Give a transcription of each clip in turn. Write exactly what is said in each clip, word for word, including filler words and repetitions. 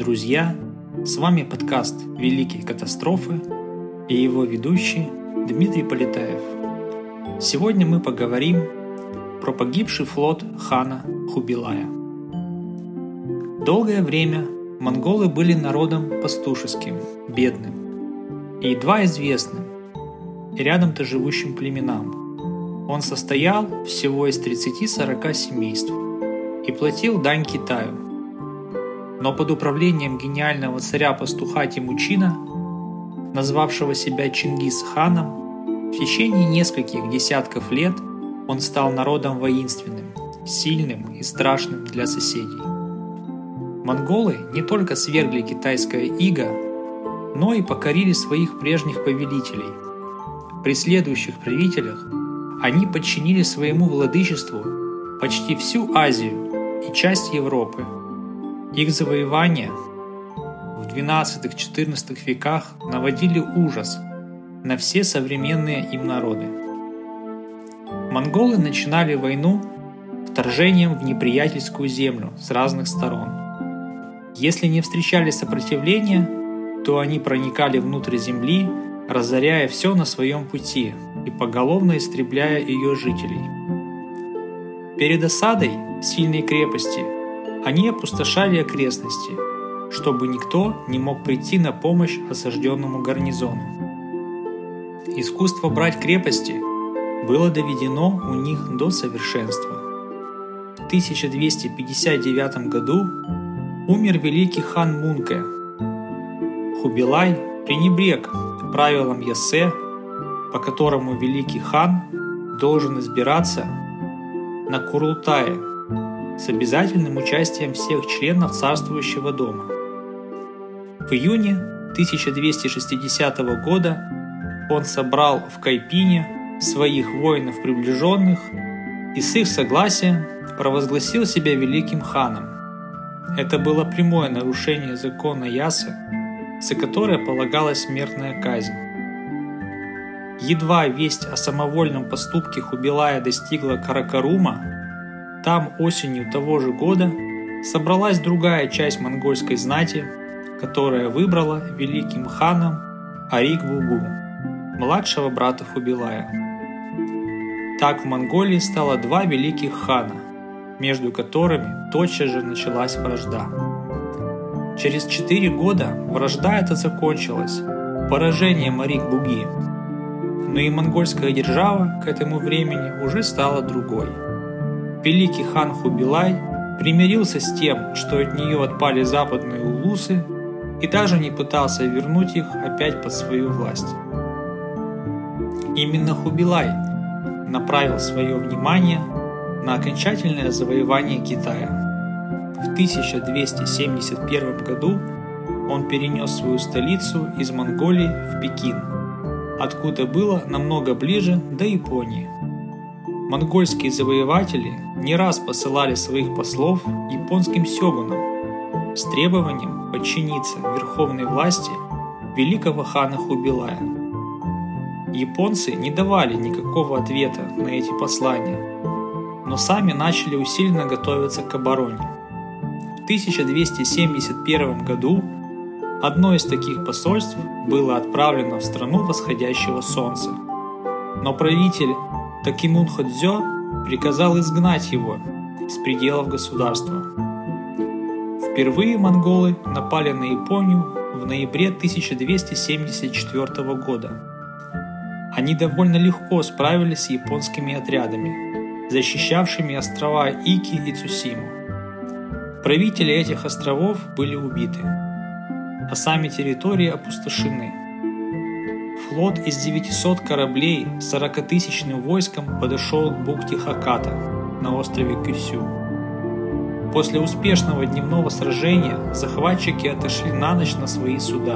Друзья, с вами подкаст «Великие катастрофы» и его ведущий Дмитрий Полетаев. Сегодня мы поговорим про погибший флот хана Хубилая. Долгое время монголы были народом пастушеским, бедным и едва известным, и рядом-то живущим племенам. Он состоял всего из тридцати-сорока семейств и платил дань Китаю. Но под управлением гениального царя-пастуха Темучина, назвавшего себя Чингис-ханом, в течение нескольких десятков лет он стал народом воинственным, сильным и страшным для соседей. Монголы не только свергли китайское иго, но и покорили своих прежних повелителей. При следующих правителях они подчинили своему владычеству почти всю Азию и часть Европы. Их завоевания в двенадцатом-четырнадцатом веках наводили ужас на все современные им народы. Монголы начинали войну вторжением в неприятельскую землю с разных сторон. Если не встречали сопротивления, то они проникали внутрь земли, разоряя все на своем пути и поголовно истребляя ее жителей. Перед осадой сильной крепости они опустошали окрестности, чтобы никто не мог прийти на помощь осажденному гарнизону. Искусство брать крепости было доведено у них до совершенства. В тысяча двести пятьдесят девятом году умер великий хан Мунке. Хубилай пренебрег правилам Яссе, по которому великий хан должен избираться на Курултае с обязательным участием всех членов царствующего дома. В июне тысяча двести шестидесятого года он собрал в Кайпине своих воинов-приближенных и с их согласия провозгласил себя великим ханом. Это было прямое нарушение закона Яссе, за которое полагалась смертная казнь. Едва весть о самовольном поступке Хубилая достигла Каракарума, там осенью того же года собралась другая часть монгольской знати, которая выбрала великим ханом Арик-Бугу, младшего брата Хубилая. Так в Монголии стало два великих хана, между которыми тотчас же началась вражда. Через четыре года вражда эта закончилась поражением Арик-Буги, но и монгольская держава к этому времени уже стала другой. Великий хан Хубилай примирился с тем, что от нее отпали западные улусы, и даже не пытался вернуть их опять под свою власть. Именно Хубилай направил свое внимание на окончательное завоевание Китая. В тысяча двести семьдесят первом году он перенес свою столицу из Монголии в Пекин, откуда было намного ближе до Японии. Монгольские завоеватели не раз посылали своих послов японским сёгунам с требованием подчиниться верховной власти великого хана Хубилая. Японцы не давали никакого ответа на эти послания, но сами начали усиленно готовиться к обороне. В тысяча двести семьдесят первом году одно из таких посольств было отправлено в страну восходящего солнца, но правитель Такимун Ходзё приказал изгнать его с пределов государства. Впервые монголы напали на Японию в ноябре тысяча двести семьдесят четвёртого года. Они довольно легко справились с японскими отрядами, защищавшими острова Ики и Цусиму. Правители этих островов были убиты, а сами территории опустошены. Флот из девятисот кораблей с сорокатысячным войском подошел к бухте Хаката на острове Кюсю. После успешного дневного сражения захватчики отошли на ночь на свои суда.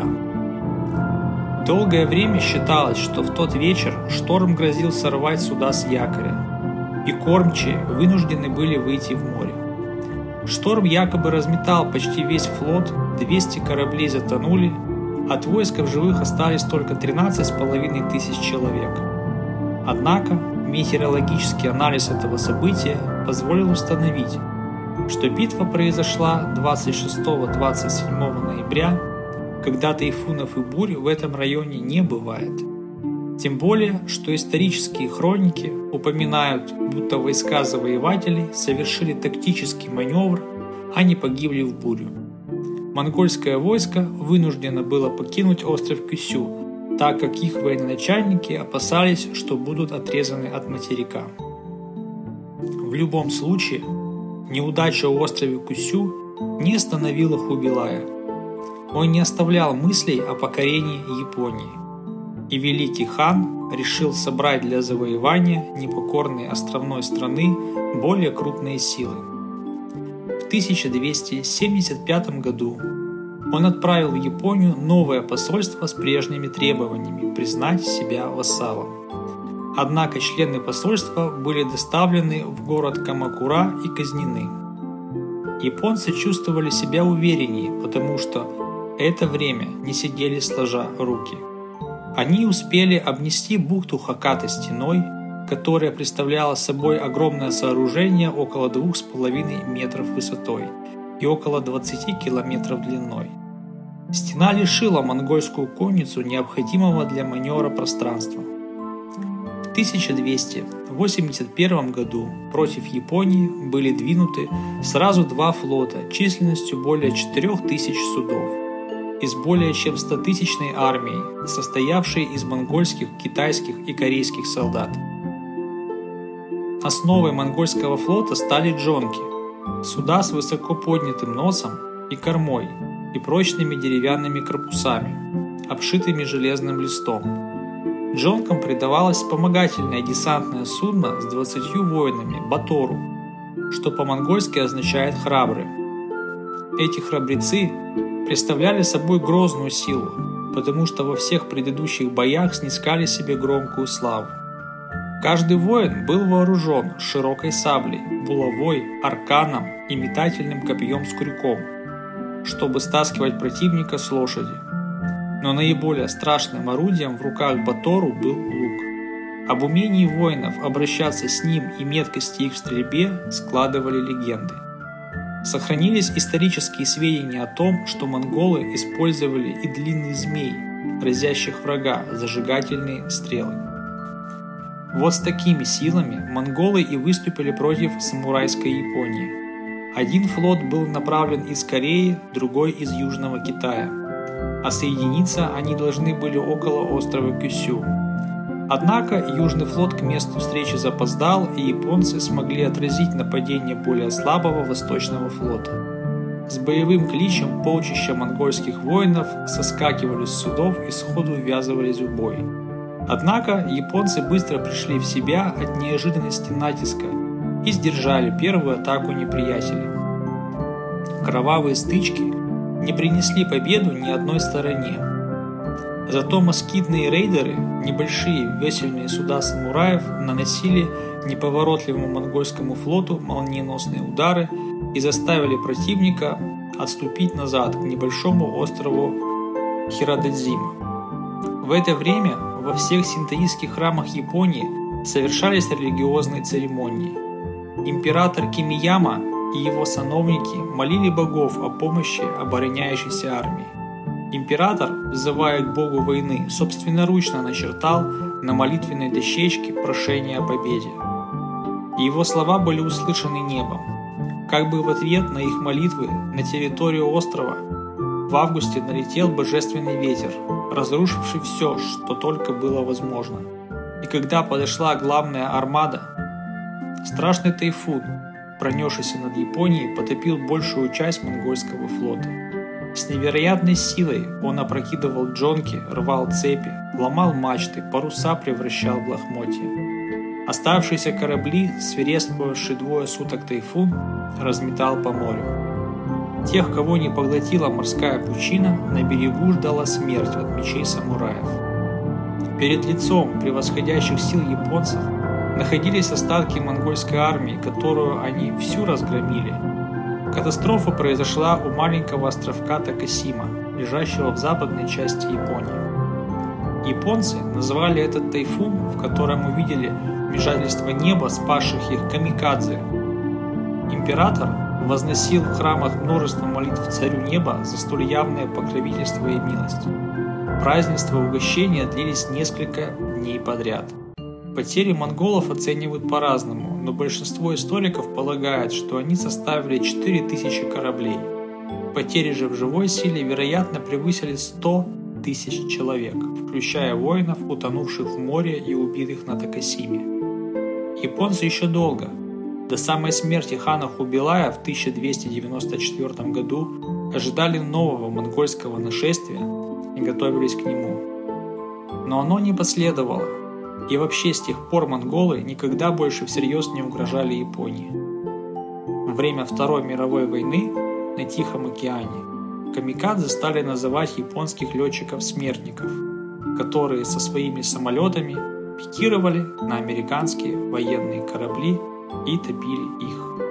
Долгое время считалось, что в тот вечер шторм грозил сорвать суда с якоря, и кормчие вынуждены были выйти в море. Шторм якобы разметал почти весь флот, двести кораблей затонули, от войска в живых остались только тринадцать с половиной тысяч человек. Однако метеорологический анализ этого события позволил установить, что битва произошла двадцать шестого — двадцать седьмого ноября, когда тайфунов и бурь в этом районе не бывает. Тем более, что исторические хроники упоминают, будто войска завоевателей совершили тактический маневр, а не погибли в бурю. Монгольское войско вынуждено было покинуть остров Кюсю, так как их военачальники опасались, что будут отрезаны от материка. В любом случае, неудача у острова Кюсю не остановила Хубилая. Он не оставлял мыслей о покорении Японии, и великий хан решил собрать для завоевания непокорной островной страны более крупные силы. В тысяча двести семьдесят пятом году он отправил в Японию новое посольство с прежними требованиями признать себя вассалом. Однако члены посольства были доставлены в город Камакура и казнены. Японцы чувствовали себя увереннее, потому что это время не сидели сложа руки. Они успели обнести бухту Хоккате стеной, которая представляла собой огромное сооружение около двух с половиной метров высотой и около двадцати километров длиной. Стена лишила монгольскую конницу необходимого для маневра пространства. В тысяча двести восемьдесят первом году против Японии были двинуты сразу два флота численностью более четырёх тысяч судов из более чем стотысячной армией, состоявшей из монгольских, китайских и корейских солдат. Основой монгольского флота стали джонки – суда с высоко поднятым носом и кормой и прочными деревянными корпусами, обшитыми железным листом. Джонкам придавалось вспомогательное десантное судно с двадцатью воинами – батору, что по-монгольски означает «храбрый». Эти храбрецы представляли собой грозную силу, потому что во всех предыдущих боях снискали себе громкую славу. Каждый воин был вооружен широкой саблей, булавой, арканом и метательным копьем с крюком, чтобы стаскивать противника с лошади. Но наиболее страшным орудием в руках батору был лук. Об умении воинов обращаться с ним и меткости их в стрельбе складывали легенды. Сохранились исторические сведения о том, что монголы использовали и длинный змей, разящих врага, зажигательные стрелы. Вот с такими силами монголы и выступили против самурайской Японии. Один флот был направлен из Кореи, другой из Южного Китая, а соединиться они должны были около острова Кюсю. Однако Южный флот к месту встречи запоздал, и японцы смогли отразить нападение более слабого Восточного флота. С боевым кличем полчища монгольских воинов соскакивали с судов и сходу ввязывались в бой. Однако японцы быстро пришли в себя от неожиданности натиска и сдержали первую атаку неприятеля. Кровавые стычки не принесли победу ни одной стороне. Зато москитные рейдеры, небольшие весельные суда самураев, наносили неповоротливому монгольскому флоту молниеносные удары и заставили противника отступить назад к небольшому острову Хирадзима. В это время во всех синтоистских храмах Японии совершались религиозные церемонии. Император Кимияма и его сановники молили богов о помощи обороняющейся армии. Император, взывая к богу войны, собственноручно начертал на молитвенной дощечке прошение о победе. И его слова были услышаны небом. Как бы в ответ на их молитвы на территорию острова в августе налетел божественный ветер, разрушивший все, что только было возможно. И когда подошла главная армада, страшный тайфун, пронесшийся над Японией, потопил большую часть монгольского флота. С невероятной силой он опрокидывал джонки, рвал цепи, ломал мачты, паруса превращал в лохмотья. Оставшиеся корабли, свирепствовавший двое суток тайфун, разметал по морю. Тех, кого не поглотила морская пучина, на берегу ждала смерть от мечей самураев. Перед лицом превосходящих сил японцев находились остатки монгольской армии, которую они всю разгромили. Катастрофа произошла у маленького островка Такасима, лежащего в западной части Японии. Японцы назвали этот тайфун, в котором увидели вмешательство неба, спасших их, камикадзе. Император, возносил в храмах множество молитв царю неба за столь явное покровительство и милость. Празднества и угощения длились несколько дней подряд. Потери монголов оценивают по-разному, но большинство историков полагают, что они составили четыре тысячи кораблей. Потери же в живой силе, вероятно, превысили сто тысяч человек, включая воинов, утонувших в море и убитых на Такасиме. Японцы еще долго, до самой смерти хана Хубилая в тысяча двести девяносто четвёртом году, ожидали нового монгольского нашествия и готовились к нему. Но оно не последовало, и вообще с тех пор монголы никогда больше всерьез не угрожали Японии. Во время Второй мировой войны на Тихом океане камикадзе стали называть японских летчиков-смертников, которые со своими самолетами пикировали на американские военные корабли и топили их.